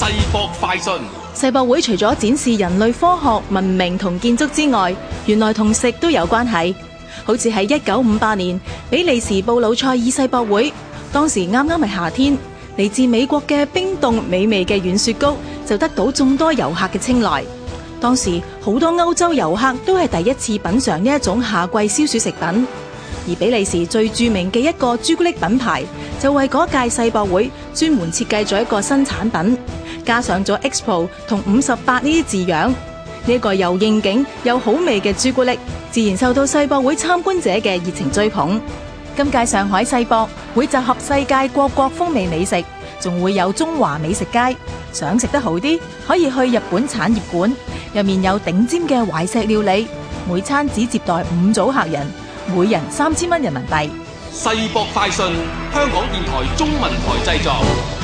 博快訊。 世博會除咗展示人類科學、文明同建築之外，原來同食都有關係。好似喺1958年，比利時布魯塞爾世博會，當時啱啱係夏天，嚟自美國嘅冰凍美味嘅軟雪糕就得到眾多遊客嘅青睞。當時好多歐洲遊客都係第一次品嘗呢一種夏季消暑食品。而比利時最著名嘅一個朱古力品牌，就為嗰屆世博會專門設計咗一個新產品，加上咗 Expo 同58呢啲字樣。呢一個又應景又好味嘅朱古力，自然受到世博會參觀者嘅熱情追捧。今屆上海世博會集合世界各國風味美食，仲會有中華美食街。想食得好啲，可以去日本產業館，入面有頂尖嘅懷石料理，每餐只接待5組客人，每人3000蚊人民幣。 世博快訊，香港電台中文台製作。